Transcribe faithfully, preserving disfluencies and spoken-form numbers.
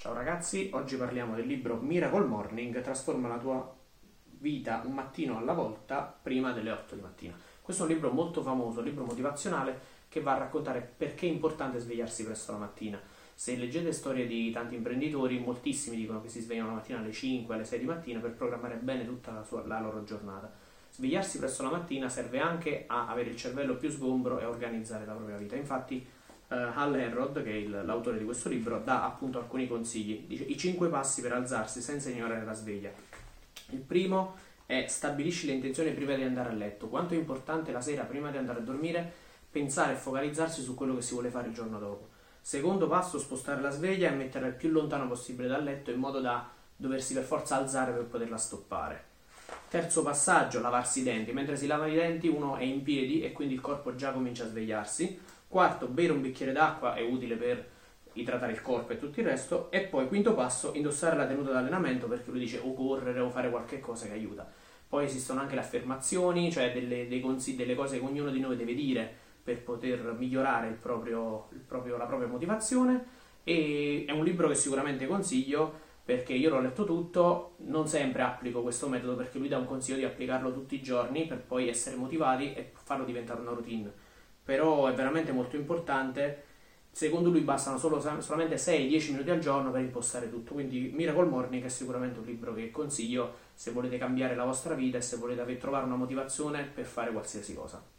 Ciao ragazzi, oggi parliamo del libro Miracle Morning, trasforma la tua vita un mattino alla volta prima delle otto di mattina. Questo è un libro molto famoso, un libro motivazionale che va a raccontare perché è importante svegliarsi presto la mattina. Se leggete storie di tanti imprenditori, moltissimi dicono che si svegliano la mattina alle cinque, alle sei di mattina per programmare bene tutta la, sua, la loro giornata. Svegliarsi presto la mattina serve anche a avere il cervello più sgombro e a organizzare la propria vita. Infatti Uh, Hal Elrod, che è il, l'autore di questo libro, dà appunto alcuni consigli. Dice i cinque passi per alzarsi senza ignorare la sveglia. Il primo è: stabilisci le intenzioni prima di andare a letto. Quanto è importante la sera prima di andare a dormire pensare e focalizzarsi su quello che si vuole fare il giorno dopo. Secondo passo: spostare la sveglia e metterla il più lontano possibile dal letto in modo da doversi per forza alzare per poterla stoppare. Terzo passaggio: lavarsi i denti. Mentre si lava i denti uno è in piedi e quindi il corpo già comincia a svegliarsi. Quarto, bere un bicchiere d'acqua, è utile per idratare il corpo e tutto il resto. E poi quinto passo, indossare la tenuta d'allenamento, perché lui dice o correre o fare qualche cosa che aiuta. Poi esistono anche le affermazioni, cioè delle, dei consigli, delle cose che ognuno di noi deve dire per poter migliorare il proprio, il proprio, la propria motivazione. E è un libro che sicuramente consiglio, perché io l'ho letto tutto. Non sempre applico questo metodo, perché lui dà un consiglio di applicarlo tutti i giorni per poi essere motivati e farlo diventare una routine. Però è veramente molto importante. Secondo lui bastano solo, solamente sei dieci minuti al giorno per impostare tutto. Quindi Miracle Morning è sicuramente un libro che consiglio se volete cambiare la vostra vita e se volete trovare una motivazione per fare qualsiasi cosa.